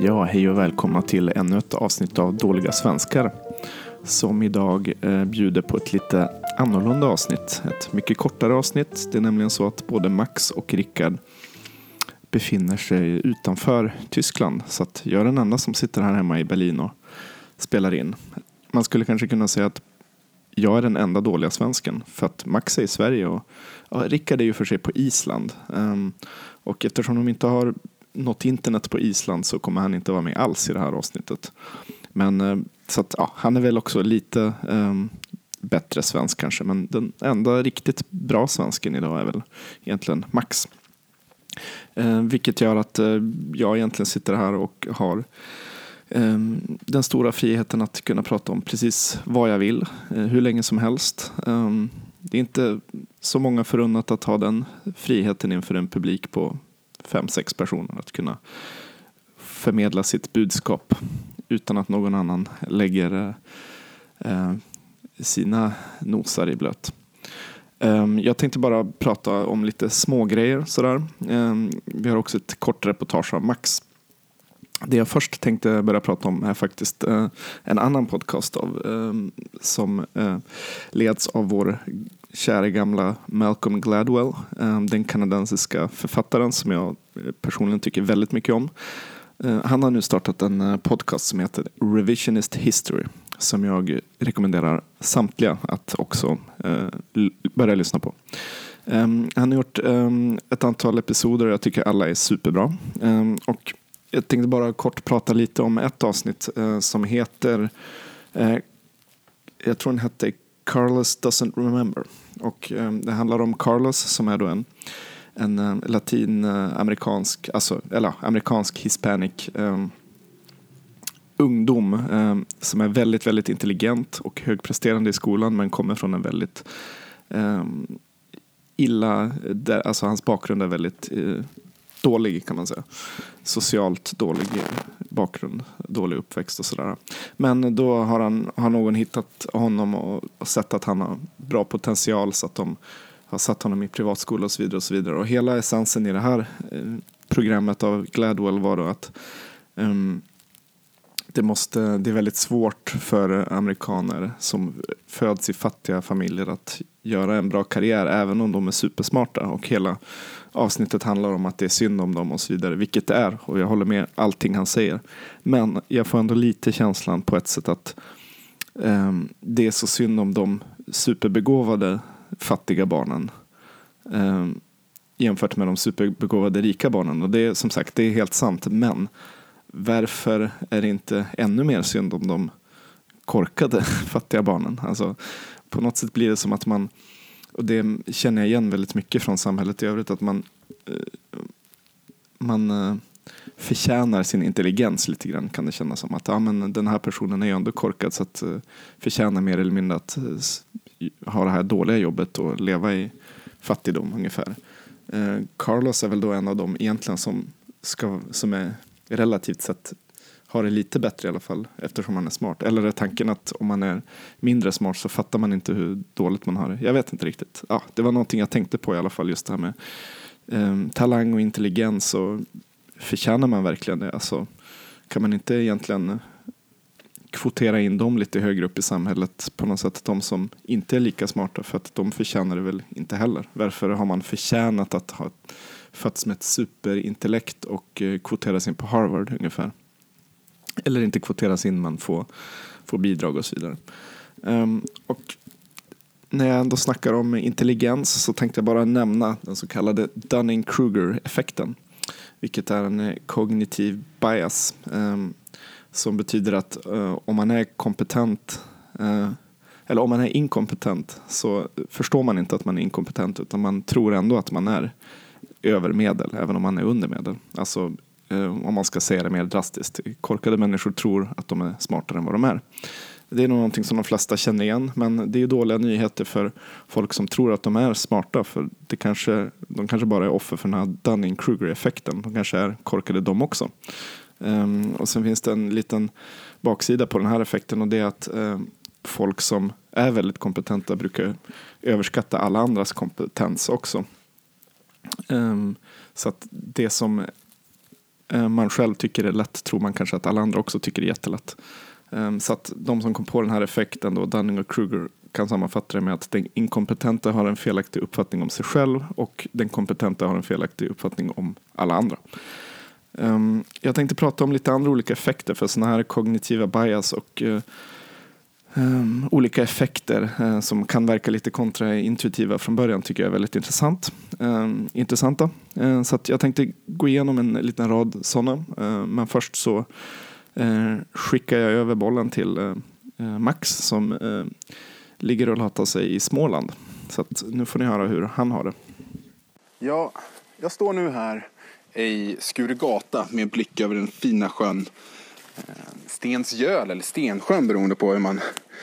Ja, hej och välkomna till ännu ett avsnitt av Dåliga svenskar som idag bjuder på ett lite annorlunda avsnitt. Ett mycket kortare avsnitt. Det är nämligen så att både Max och Rickard befinner sig utanför Tyskland. Så att jag är den enda som sitter här hemma i Berlin och spelar in. Man skulle kanske kunna säga att jag är den enda dåliga svensken. För att Max är i Sverige och Rickard är ju för sig på Island. Och eftersom de inte har något internet på Island så kommer han inte vara med alls i det här avsnittet. Men så att han är väl också lite bättre svensk kanske. Men den enda riktigt bra svensken idag är väl egentligen Max. Vilket gör att jag egentligen sitter här och har den stora friheten att kunna prata om precis vad jag vill. Hur länge som helst. Det är inte så många förunnat att ha den friheten inför en publik på 5-6 personer. Att kunna förmedla sitt budskap utan att någon annan lägger sina nosar i blöt. Jag tänkte bara prata om lite små grejer sådär. Vi har också ett kort reportage av Max. Det jag först tänkte börja prata om är faktiskt en annan podcast som leds av vår kära gamla Malcolm Gladwell, den kanadensiska författaren som jag personligen tycker väldigt mycket om. Han har nu startat en podcast som heter Revisionist History som jag rekommenderar samtliga att också börja lyssna på. Han har gjort ett antal episoder och jag tycker alla är superbra. Och jag tänkte bara kort prata lite om ett avsnitt som heter jag tror den hette Carlos Doesn't Remember. Och det handlar om Carlos som är då en latinamerikansk, eller amerikansk hispanic ungdom som är väldigt, väldigt intelligent och högpresterande i skolan men kommer från en väldigt alltså hans bakgrund är väldigt dålig kan man säga. Socialt dålig bakgrund, dålig uppväxt och sådär. Men då har någon hittat honom och sett att han har bra potential så att de har satt honom i privatskola och så vidare och så vidare. Och hela essensen i det här programmet av Gladwell var då att det är väldigt svårt för amerikaner som föds i fattiga familjer att göra en bra karriär även om de är supersmarta. Och hela avsnittet handlar om att det är synd om dem och så vidare, vilket det är. Och jag håller med allting han säger. Men jag får ändå lite känslan på ett sätt att det är så synd om de superbegåvade fattiga barnen jämfört med de superbegåvade rika barnen. Och det är som sagt, det är helt sant. Men varför är det inte ännu mer synd om de korkade fattiga barnen? Alltså, på något sätt blir det som att man, och det känner jag igen väldigt mycket från samhället i övrigt, att man förtjänar sin intelligens lite grann, kan det kännas som. Att men den här personen är ju ändå korkad så att förtjänar mer eller mindre att ha det här dåliga jobbet och leva i fattigdom ungefär. Carlos är väl då en av dem egentligen som är relativt sett har det lite bättre i alla fall eftersom man är smart. Eller är tanken att om man är mindre smart så fattar man inte hur dåligt man har det? Jag vet inte riktigt. Ja, det var någonting jag tänkte på i alla fall, just det här med talang och intelligens, och förtjänar man verkligen det? Alltså, kan man inte egentligen kvotera in dem lite högre upp i samhället på något sätt, de som inte är lika smarta, för att de förtjänar det väl inte heller. Varför har man förtjänat att ha fötts med ett superintellekt och kvoteras in på Harvard ungefär? Eller inte kvoteras in, man får bidrag och så vidare. Och när jag ändå snackar om intelligens så tänkte jag bara nämna den så kallade Dunning-Kruger-effekten. Vilket är en kognitiv bias. Som betyder att om man är kompetent eller om man är inkompetent så förstår man inte att man är inkompetent, utan man tror ändå att man är övermedel även om man är undermedel. Alltså om man ska säga det mer drastiskt. Korkade människor tror att de är smartare än vad de är. Det är nog någonting som de flesta känner igen, men det är ju dåliga nyheter för folk som tror att de är smarta, för de kanske bara är offer för den här Dunning-Kruger-effekten. De kanske är korkade de också. Och sen finns det en liten baksida på den här effekten, och det är att folk som är väldigt kompetenta brukar överskatta alla andras kompetens också. Så att det som man själv tycker det är lätt tror man kanske att alla andra också tycker det är jättelätt. Så att de som kom på den här effekten då, Dunning och Kruger, kan sammanfatta det med att den inkompetenta har en felaktig uppfattning om sig själv och den kompetenta har en felaktig uppfattning om alla andra. Jag tänkte prata om lite andra olika effekter för sådana här kognitiva bias och olika effekter som kan verka lite kontraintuitiva från början tycker jag är väldigt intressanta. Så att jag tänkte gå igenom en liten rad sådana. Men först så skickar jag över bollen till Max som ligger och latar sig i Småland. Så att nu får ni höra hur han har det. Ja, jag står nu här i Skuregata med blick över den fina sjön Stensgöl eller Stensjön beroende på hur man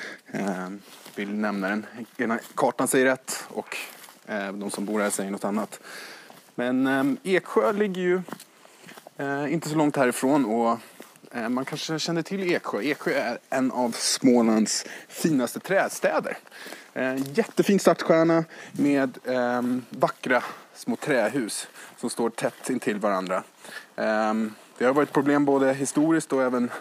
vill nämna den. Kartan säger rätt och de som bor här säger något annat. Men Eksjö ligger ju inte så långt härifrån och man kanske känner till Eksjö. Eksjö är en av Smålands finaste trädstäder. Jättefin stadskärna med vackra små trähus som står tätt intill varandra. Det har varit problem både historiskt och även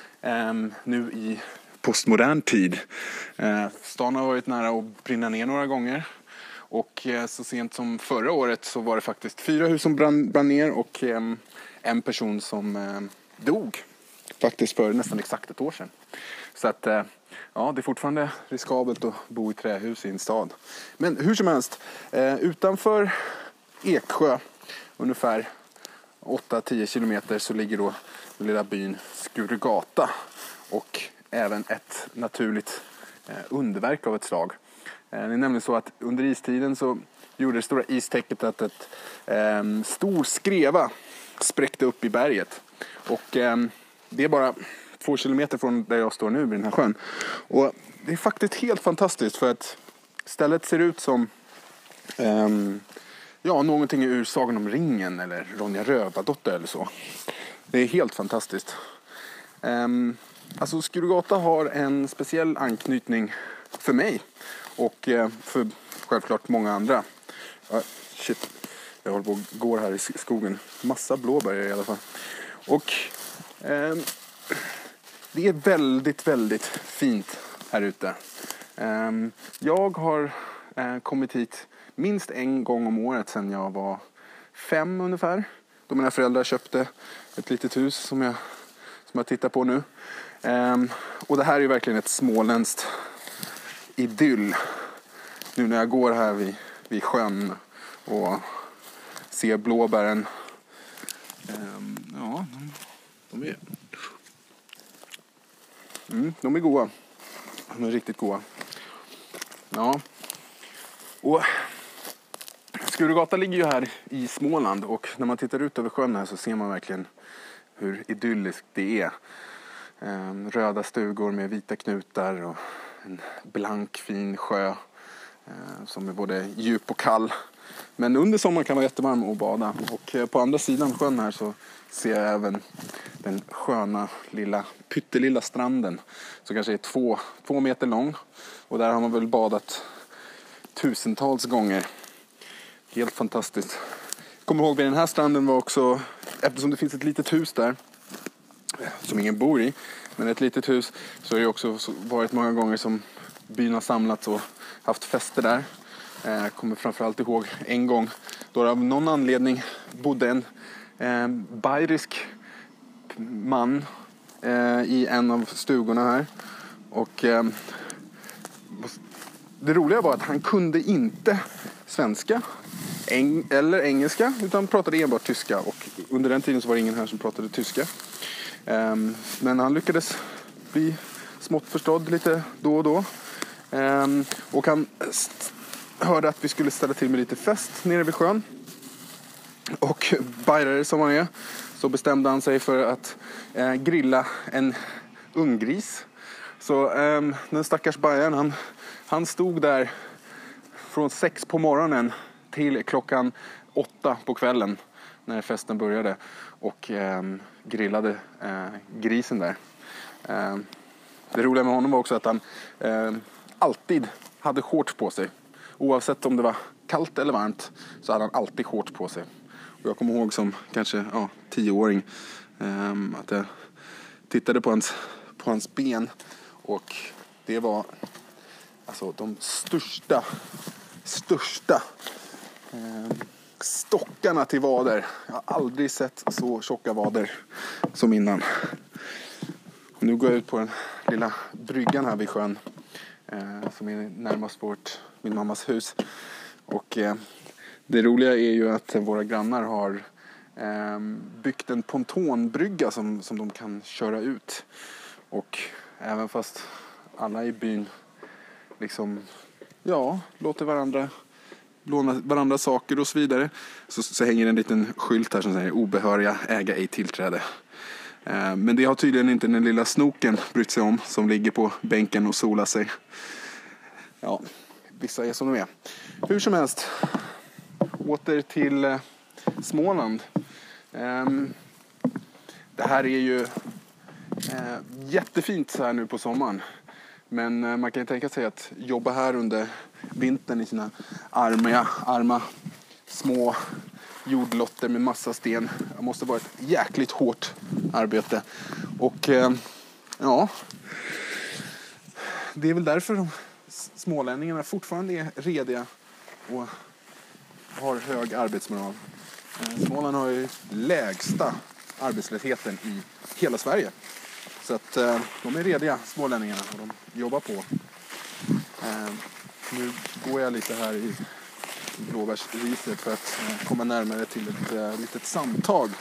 nu i postmodern tid. Stan har varit nära att brinna ner några gånger. Och så sent som förra året så var det faktiskt 4 hus som brann ner och en person som dog. Faktiskt för nästan exakt ett år sedan. Så att ja, det är fortfarande riskabelt att bo i trähus i en stad. Men hur som helst, utanför Eksjö ungefär 8-10 kilometer så ligger då den lilla byn Skuregata och även ett naturligt underverk av ett slag. Det är nämligen så att under istiden så gjorde det stora istäcket att ett stor skreva spräckte upp i berget. Och det är bara 2 kilometer från där jag står nu vid den här sjön. Och det är faktiskt helt fantastiskt för att stället ser ut som någonting ur Sagan om ringen eller Ronja Rövardotter eller så. Det är helt fantastiskt. Alltså Skuregata har en speciell anknytning för mig och för självklart många andra. Jag håller på och går här i skogen. Massa blåbär i alla fall. Och det är väldigt, väldigt fint här ute. Jag har kommit hit minst en gång om året sedan jag var 5 ungefär. Då mina föräldrar köpte ett litet hus som jag tittar på nu. Och det här är verkligen ett småländskt idyll. Nu när jag går här vid sjön och ser blåbären. Ja, de är goda. De är riktigt goda. Ja. Och Skuregata ligger ju här i Småland och när man tittar ut över sjön här så ser man verkligen hur idylliskt det är. Röda stugor med vita knutar och en blank fin sjö som är både djup och kall. Men under sommaren kan det vara jättevarm att bada. Och på andra sidan sjön här så ser jag även den sköna pyttelilla stranden som kanske är 2 meter lång. Och där har man väl badat tusentals gånger. Helt fantastiskt. Jag kommer ihåg vid den här stranden var också, eftersom det finns ett litet hus där som ingen bor i, men ett litet hus, så har det också varit många gånger som byn har samlats och haft fester där. Jag kommer framförallt ihåg en gång då det av någon anledning bodde en bayerisk man i en av stugorna här. Och det roliga var att han kunde inte svenska eller engelska utan pratade enbart tyska. Och under den tiden så var det ingen här som pratade tyska. Men han lyckades bli smått förstådd lite då och då. Och han hörde att vi skulle ställa till med lite fest nere vid sjön. Och bajrare som han är så bestämde han sig för att grilla en unggris. Så den stackars bajaren han stod där från 6 på morgonen till klockan 8 på kvällen när festen började och grillade grisen där. Det roliga med honom var också att han alltid hade shorts på sig. Oavsett om det var kallt eller varmt så hade han alltid shorts på sig. Och jag kommer ihåg som kanske 10-åring att jag tittade på hans ben, och det var alltså de största stockarna till vader. Jag har aldrig sett så tjocka vader som innan. Och nu går jag ut på den lilla bryggan här vid sjön som är närmast min mammas hus. Och det roliga är ju att våra grannar har byggt en pontonbrygga som de kan köra ut. Och även fast alla i byn liksom låter låna varandra saker och så vidare, så hänger en liten skylt här som säger obehöriga äga ej tillträde. Men det har tydligen inte den lilla snoken brytt sig om, som ligger på bänken och solar sig. Ja, vissa är som de är. Hur som helst, åter till Småland. Det här är ju jättefint så här nu på sommaren. Men man kan ju tänka sig att jobba här under vintern i sina arma små jordlotter med massa sten. Det måste vara ett jäkligt hårt arbete. Och det är väl därför de smålänningarna fortfarande är rediga och har hög arbetsmoral. Småland har ju lägsta arbetslösheten i hela Sverige. Så att de är rediga, smålänningarna, och de jobbar på. Nu går jag lite här i blåbärsriset för att komma närmare till ett litet sandtag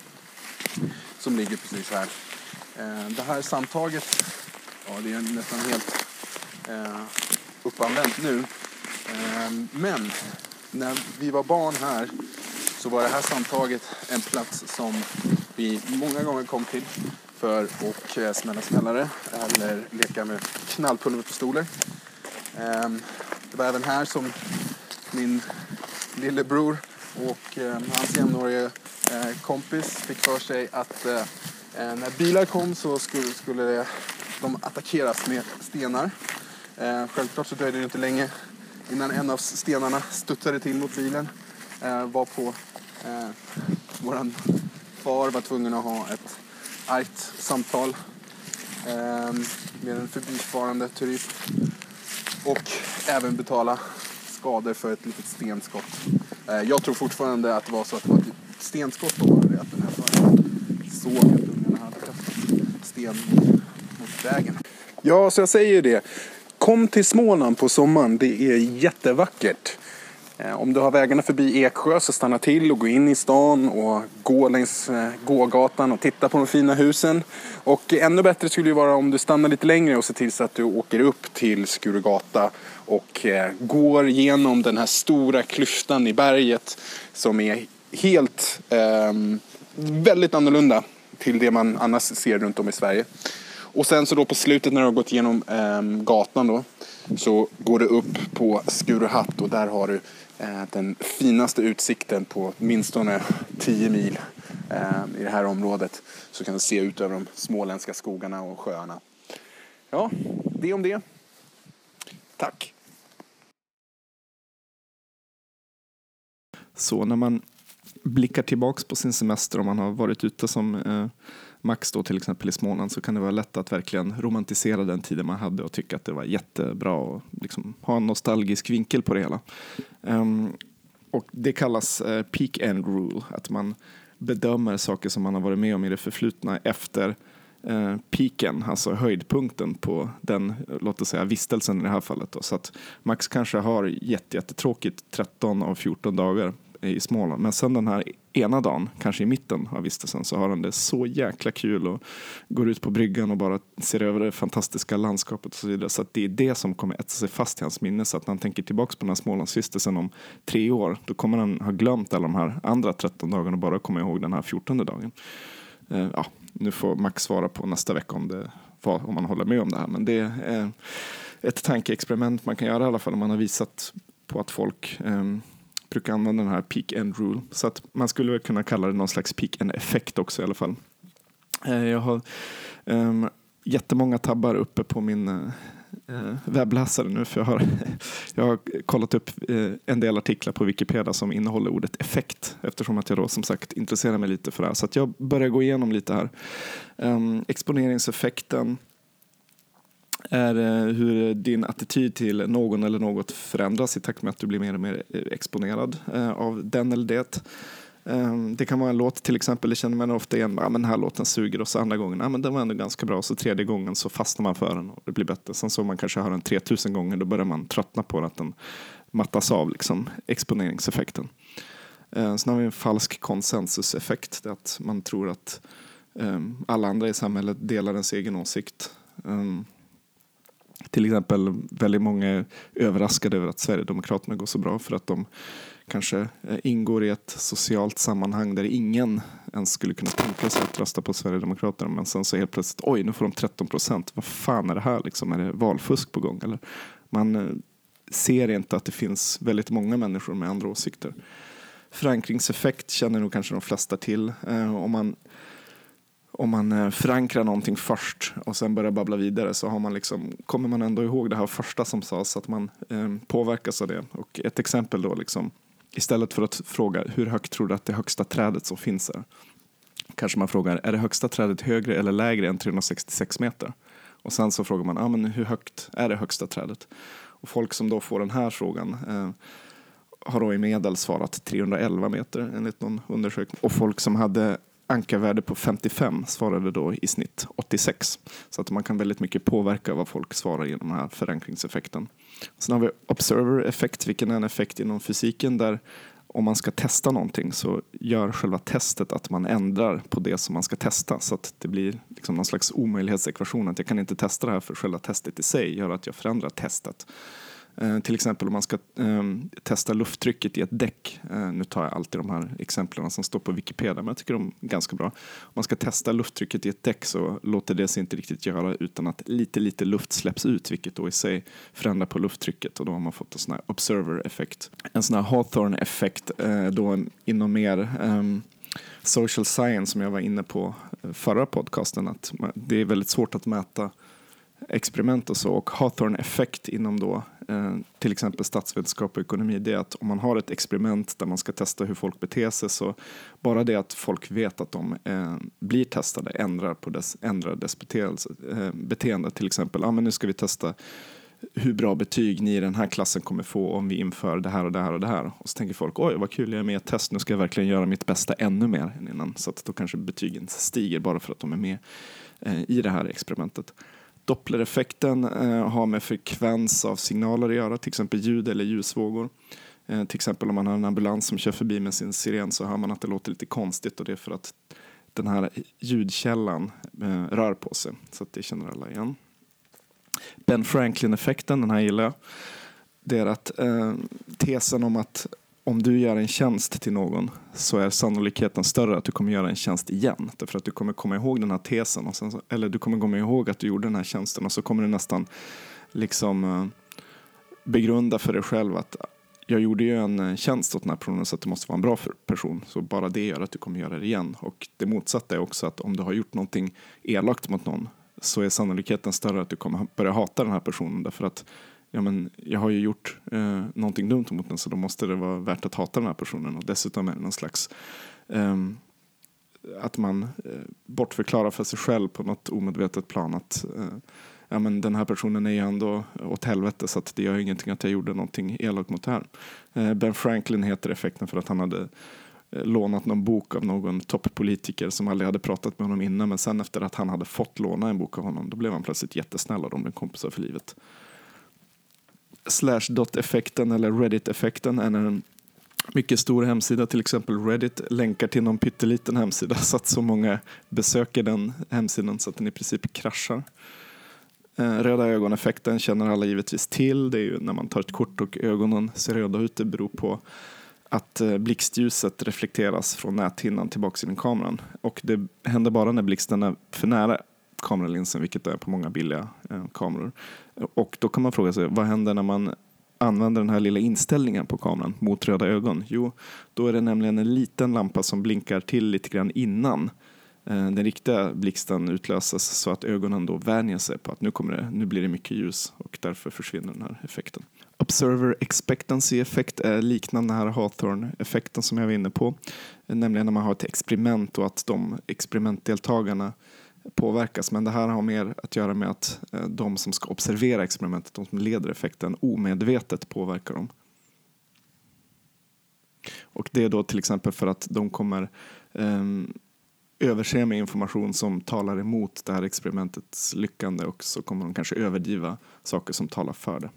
som ligger precis här. Det här sandtaget, det är nästan helt uppanvänt nu. Men när vi var barn här så var det här sandtaget en plats som vi många gånger kom till för att smälla smällare eller leka med knallpulverpistoler. Det var även här som min lillebror och hans jämnåriga kompis fick för sig att när bilar kom så skulle de attackeras med stenar. Självklart så dröjde det inte länge innan en av stenarna studsade till mot bilen. Varpå våran far var tvungen att ha ett argt samtal med en förbifarande turist och även betala skador för ett litet stenskott. Jag tror fortfarande att det var så att det var ett stenskott och bara det att den här såg att ungarna hade kastat sten mot vägen. Ja, så jag säger det. Kom till Småland på sommaren, det är jättevackert. Om du har vägarna förbi Eksjö så stanna till och gå in i stan och gå längs gågatan och titta på de fina husen. Och ännu bättre skulle det vara om du stannar lite längre och ser till så att du åker upp till Skurugata och går genom den här stora klyftan i berget som är helt väldigt annorlunda till det man annars ser runt om i Sverige. Och sen så då på slutet när du har gått igenom gatan då, så går du upp på Skuruhatt och där har du den finaste utsikten på åtminstone 10 mil i det här området. Så kan du se ut över de småländska skogarna och sjöarna. Ja, det om det. Tack. Så när man blickar tillbaks på sin semester, om man har varit ute som Max då till exempel i Småland, så kan det vara lätt att verkligen romantisera den tiden man hade och tycka att det var jättebra och liksom ha en nostalgisk vinkel på det hela. Och det kallas peak end rule, att man bedömer saker som man har varit med om i det förflutna efter peaken, alltså höjdpunkten på den, låt oss säga, vistelsen i det här fallet då. Så att Max kanske har jättetråkigt 13 av 14 dagar i Småland, men sen den här ena dagen, kanske i mitten av vistelsen, så har han det så jäkla kul och går ut på bryggan och bara ser över det fantastiska landskapet och så vidare. Så att det är det som kommer äta sig fast i hans minne, så att när han tänker tillbaka på den här Smålandsvistelsen om 3 år, då kommer han ha glömt alla de här andra 13 dagarna och bara komma ihåg den här 14:e dagen. Nu får Max svara på nästa vecka om man håller med om det här, men det är ett tankeexperiment man kan göra i alla fall, om man har visat på att folk brukar använda den här peak end rule. Så att man skulle väl kunna kalla det någon slags peak end effekt också i alla fall. Jag har jättemånga tabbar uppe på min webbläsare nu, för jag har kollat upp en del artiklar på Wikipedia som innehåller ordet effekt, eftersom att jag då som sagt intresserar mig lite för det här. Så att jag börjar gå igenom lite här. Exponeringseffekten är hur din attityd till någon eller något förändras i takt med att du blir mer och mer exponerad av den eller det. Det kan vara en låt till exempel, det känner man ofta igen, men den här låten suger, och så andra gången, men den var ändå ganska bra, och så tredje gången så fastnar man för den och det blir bättre. Sen så man kanske hör den 3000 gånger, då börjar man tröttna på att den mattas av, liksom exponeringseffekten. Sen har vi en falsk konsensuseffekt, det är att man tror att alla andra i samhället delar ens egen åsikt. Till exempel väldigt många är överraskade över att Sverigedemokraterna går så bra, för att de kanske ingår i ett socialt sammanhang där ingen ens skulle kunna tänka sig att rösta på Sverigedemokraterna, men sen så helt plötsligt, oj, nu får de 13%, vad fan är det här liksom, är det valfusk på gång? Eller man ser inte att det finns väldigt många människor med andra åsikter. Förankringseffekt känner nog kanske de flesta till. Om man förankrar någonting först och sen börjar babbla vidare, så har man liksom, kommer man ändå ihåg det här första som sades, så att man påverkas av det. Och ett exempel då, liksom, istället för att fråga hur högt tror du att det högsta trädet som finns är, kanske man frågar, är det högsta trädet högre eller lägre än 366 meter? Och sen så frågar man, men hur högt är det högsta trädet? Och folk som då får den här frågan har då i medel svarat 311 meter enligt någon undersökning. Och folk som hade ankarvärde på 55 svarade då i snitt 86. Så att man kan väldigt mycket påverka vad folk svarar genom den här förankringseffekten. Sen har vi observer-effekt, vilken är en effekt inom fysiken där om man ska testa någonting så gör själva testet att man ändrar på det som man ska testa. Så att det blir liksom någon slags omöjlighetsekvation, att jag kan inte testa det här, för själva testet i sig gör att jag förändrar testet. Till exempel om man ska testa lufttrycket i ett däck. Nu tar jag alltid de här exemplen som står på Wikipedia, men jag tycker de är ganska bra. Om man ska testa lufttrycket i ett däck så låter det sig inte riktigt göra utan att lite luft släpps ut, vilket då i sig förändrar på lufttrycket, och då har man fått en sån här observer-effekt. En sån här Hawthorne-effekt då inom mer social science, som jag var inne på förra podcasten, att det är väldigt svårt att mäta experiment och så, och Hawthorne-effekt inom då till exempel statsvetenskap och ekonomi, det är att om man har ett experiment där man ska testa hur folk beter sig, så bara det att folk vet att de blir testade ändrar dess beteende. Till exempel, men nu ska vi testa hur bra betyg ni i den här klassen kommer få om vi inför det här och det här och det här. Och så tänker folk, oj vad kul, jag är med i ett test, nu ska jag verkligen göra mitt bästa ännu mer än innan. Så att då kanske betygen stiger bara för att de är med i det här experimentet. Dopplereffekten har med frekvens av signaler att göra, till exempel ljud eller ljusvågor. Till exempel om man har en ambulans som kör förbi med sin siren, så hör man att det låter lite konstigt, och det är för att den här ljudkällan rör på sig. Så att det känner alla igen. Ben Franklin-effekten, den här gillar jag. Det är att tesen om att om du gör en tjänst till någon så är sannolikheten större att du kommer göra en tjänst igen. Därför att du kommer komma ihåg den här tesen, och sen, eller du kommer komma ihåg att du gjorde den här tjänsten, och så kommer du nästan liksom begrunda för dig själv att jag gjorde ju en tjänst åt den här personen, så att det måste vara en bra person. Så bara det gör att du kommer göra det igen. Och det motsatta är också att om du har gjort någonting elakt mot någon, så är sannolikheten större att du kommer börja hata den här personen, därför att jag har ju gjort någonting dumt mot den, så då måste det vara värt att hata den här personen. Och dessutom är det någon slags att man bortförklarar för sig själv på något omedvetet plan att den här personen är ju ändå åt helvete, så att det gör ingenting att jag gjorde någonting elakt mot det här. Ben Franklin heter effekten för att han hade lånat någon bok av någon toppolitiker som aldrig hade pratat med honom innan, men sen efter att han hade fått låna en bok av honom, då blev han plötsligt jättesnäll och de blev kompisar för livet. Slashdot-effekten eller Reddit-effekten är en mycket stor hemsida, till exempel Reddit, länkar till någon pytteliten hemsida så att så många besöker den hemsidan så att den i princip kraschar. Röda ögon-effekten känner alla givetvis till. Det är ju när man tar ett kort och ögonen ser röda ut. Det beror på att blixtljuset reflekteras från näthinnan tillbaka i den kameran. Och det händer bara när blixten är för nära kameralinsen, vilket är på många billiga kameror. Och då kan man fråga sig, vad händer när man använder den här lilla inställningen på kameran mot röda ögon? Jo, då är det nämligen en liten lampa som blinkar till lite grann innan den riktiga blixten utlöses så att ögonen då vänjer sig på att nu blir det mycket ljus och därför försvinner den här effekten. Observer expectancy effekt är liknande den här Hawthorne-effekten som jag var inne på. Nämligen när man har ett experiment och att de experimentdeltagarna påverkas. Men det här har mer att göra med att de som ska observera experimentet, de som leder effekten, omedvetet påverkar dem. Och det är då till exempel för att de kommer överse med information som talar emot det här experimentets lyckande och så kommer de kanske överdriva saker som talar för det.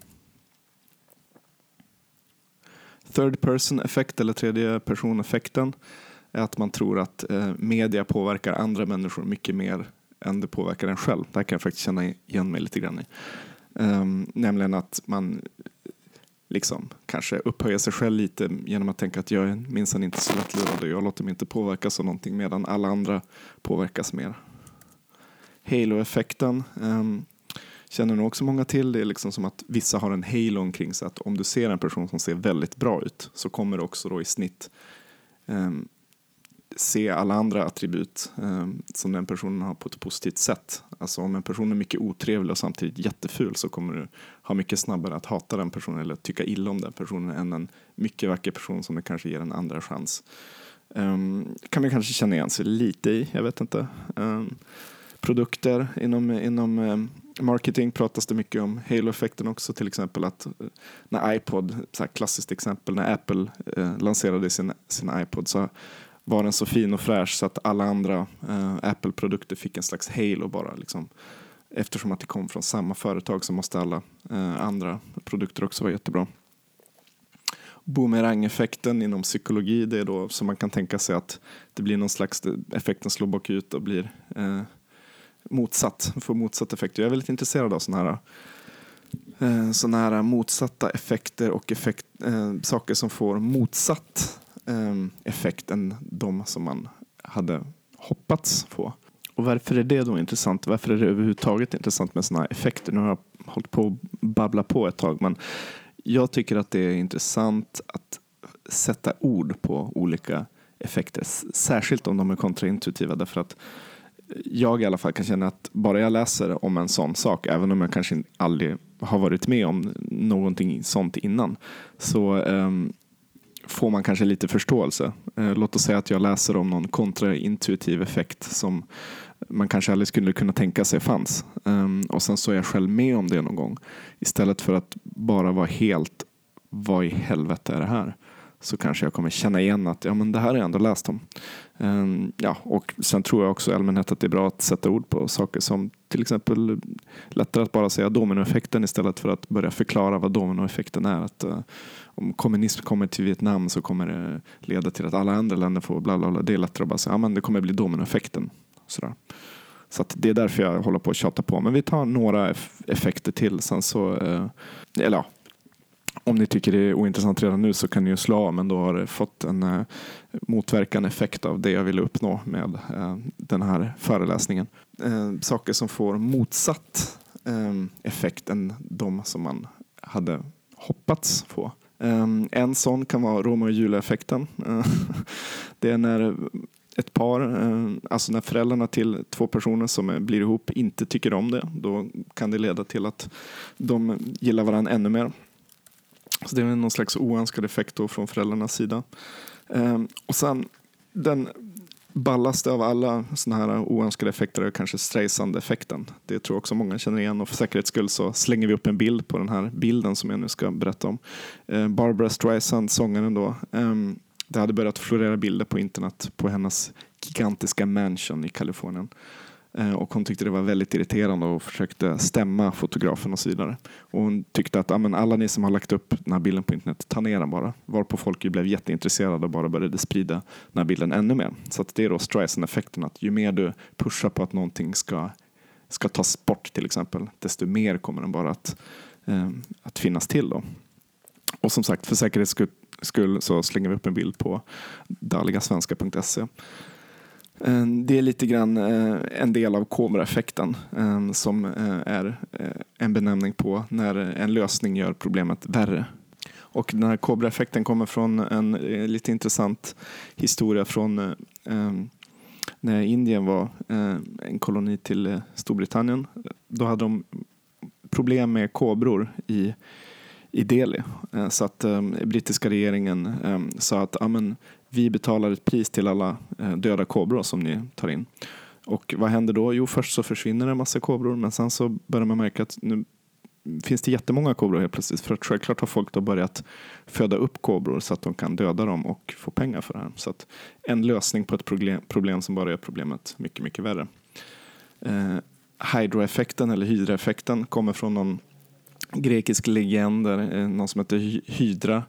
Third person effekt eller tredje person effekten är att man tror att media påverkar andra människor mycket mer än det påverkar en själv. Det här kan jag faktiskt känna igen mig lite grann i. Nämligen att man liksom kanske upphöjer sig själv lite genom att tänka att jag är minsann inte så lättlurad och jag låter mig inte påverkas av någonting medan alla andra påverkas mer. Halo-effekten känner nog också många till. Det är liksom som att vissa har en halo omkring sig. Att om du ser en person som ser väldigt bra ut så kommer du också då i snitt se alla andra attribut som den personen har på ett positivt sätt. Alltså om en person är mycket otrevlig och samtidigt jätteful så kommer du ha mycket snabbare att hata den personen eller tycka illa om den personen än en mycket vacker person som det kanske ger en andra chans. Kan man kanske känna igen sig lite i, jag vet inte. Produkter inom marketing pratas det mycket om halo-effekten också, till exempel att när iPod, så här klassiskt exempel, när Apple lanserade sin iPod så var den så fin och fräsch så att alla andra Apple-produkter fick en slags halo bara liksom. Eftersom att det kom från samma företag så måste alla andra produkter också vara jättebra. Boomerang-effekten inom psykologi, det är då som man kan tänka sig att det blir någon slags, effekten slår bakut och blir får motsatt effekt. Jag är väldigt intresserad av sådana här motsatta effekter och saker som får motsatt effekt än de som man hade hoppats få. Och varför är det då intressant? Varför är det överhuvudtaget intressant med sådana här effekter? Nu har jag hållit på att babbla på ett tag, men jag tycker att det är intressant att sätta ord på olika effekter. Särskilt om de är kontraintuitiva, därför att jag i alla fall kan känna att bara jag läser om en sån sak, även om jag kanske aldrig har varit med om någonting sånt innan, så får man kanske lite förståelse. Låt oss säga att jag läser om någon kontraintuitiv effekt som man kanske aldrig skulle kunna tänka sig fanns. Och sen så är jag själv med om det någon gång. Istället för att bara vara helt, vad i helvete är det här? Så kanske jag kommer känna igen att men det här har jag ändå läst om. Och sen tror jag också i allmänhet att det är bra att sätta ord på saker som till exempel lättare att bara säga dominoeffekten istället för att börja förklara vad dominoeffekten är. Att om kommunism kommer till Vietnam så kommer det leda till att alla andra länder får bla bla bla. Det är lättare att bara säga men det kommer bli dominoeffekten. Sådär. Så att det är därför jag håller på att tjata på. Men vi tar några effekter till. Sen så, om ni tycker det är ointressant redan nu så kan ni ju slå av, men då har det fått en motverkande effekt av det jag ville uppnå med den här föreläsningen. Saker som får motsatt effekt än de som man hade hoppats få. En sån kan vara Romeo och Julia-effekten. Det är när ett par, alltså när föräldrarna till två personer som blir ihop inte tycker om det, då kan det leda till att de gillar varandra ännu mer. Så det är någon slags oönskad effekt då från föräldrarnas sida. Och sen den ballaste av alla såna här oönskade effekter är kanske Streisand-effekten. Det tror jag också många känner igen, och för säkerhets skull så slänger vi upp en bild på den här bilden som jag nu ska berätta om. Barbra Streisand, sångaren då. Det hade börjat florera bilder på internet på hennes gigantiska mansion i Kalifornien. Och hon tyckte det var väldigt irriterande och försökte stämma fotografen och så vidare. Och hon tyckte att alla ni som har lagt upp den här bilden på internet, ta ner den bara. Varpå folk ju blev jätteintresserade och bara började sprida den här bilden ännu mer. Så att det är då Streisand-effekten, att ju mer du pushar på att någonting ska tas bort till exempel, desto mer kommer den bara att finnas till då. Och som sagt, för säkerhets skull så slänger vi upp en bild på daligasvenska.se. Det är lite grann en del av Cobra-effekten som är en benämning på när en lösning gör problemet värre. Och den här Cobra-effekten kommer från en lite intressant historia från när Indien var en koloni till Storbritannien, då hade de problem med kobror i Delhi. Så att brittiska regeringen sa att vi betalar ett pris till alla döda kobror som ni tar in. Och vad händer då? Jo, först så försvinner en massa kobror, men sen så börjar man märka att nu finns det jättemånga kobror helt plötsligt. För att självklart har folk då börjat föda upp kobror så att de kan döda dem och få pengar för det här. Så att en lösning på ett problem som bara gör problemet mycket, mycket värre. Hydroeffekten eller hydraeffekten kommer från någon grekisk legend där någon som heter Hydra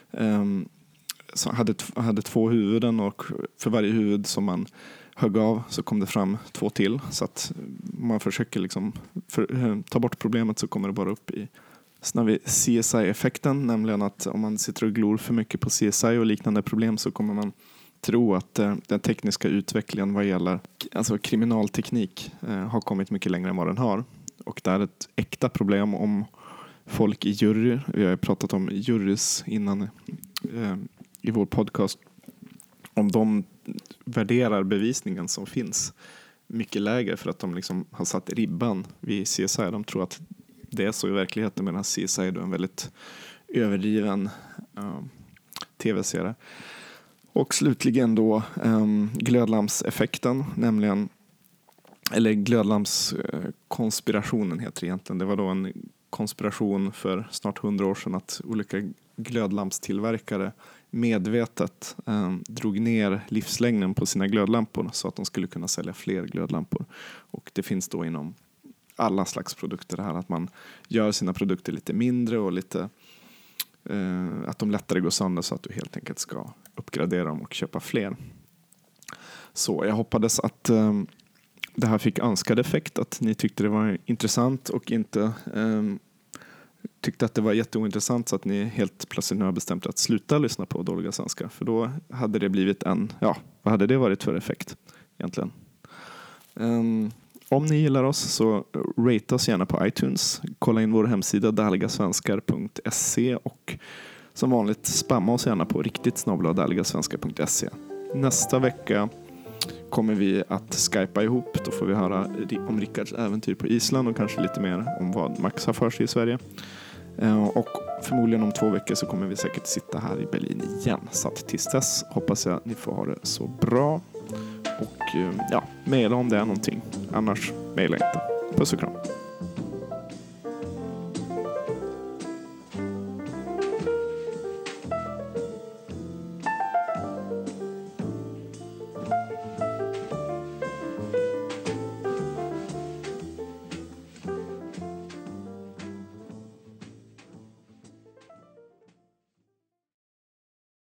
som hade 2 huvuden, och för varje huvud som man högg av så kom det fram 2 till. Så att man försöker liksom ta bort problemet så kommer det bara upp i. Sen har vi CSI-effekten, nämligen att om man sitter och glor för mycket på CSI och liknande problem så kommer man tro att den tekniska utvecklingen vad gäller alltså kriminalteknik har kommit mycket längre än vad den har. Och det är ett äkta problem om folk i jury, vi har pratat om jurys innan i vår podcast, om de värderar bevisningen som finns mycket lägre för att de liksom har satt ribban vid CSI. De tror att det är så i verkligheten, medan CSI är en väldigt överdriven tv-serie. Och slutligen då glödlampseffekten, nämligen, eller glödlampskonspirationen heter det egentligen. Det var då en konspiration för snart 100 år sedan att olika glödlampstillverkare medvetet drog ner livslängden på sina glödlampor så att de skulle kunna sälja fler glödlampor. Och det finns då inom alla slags produkter här att man gör sina produkter lite mindre och lite att de lättare går sönder så att du helt enkelt ska uppgradera dem och köpa fler. Så jag hoppades att det här fick önskad effekt, att ni tyckte det var intressant och inte tyckte att det var jätteointressant så att ni helt plötsligt nu har bestämt att sluta lyssna på dåliga svenskar. För då hade det blivit vad hade det varit för effekt egentligen? Om ni gillar oss så rate oss gärna på iTunes. Kolla in vår hemsida daligasvenskar.se och som vanligt spamma oss gärna på riktigt@daligasvenskar.se. Nästa vecka kommer vi att skypa ihop. Då får vi höra om Rickards äventyr på Island och kanske lite mer om vad Max har för sig i Sverige. Och förmodligen om 2 veckor så kommer vi säkert sitta här i Berlin igen. Så att tills dess hoppas jag att ni får ha det så bra. Och mejla om det är någonting. Annars mejla inte. Puss och kram.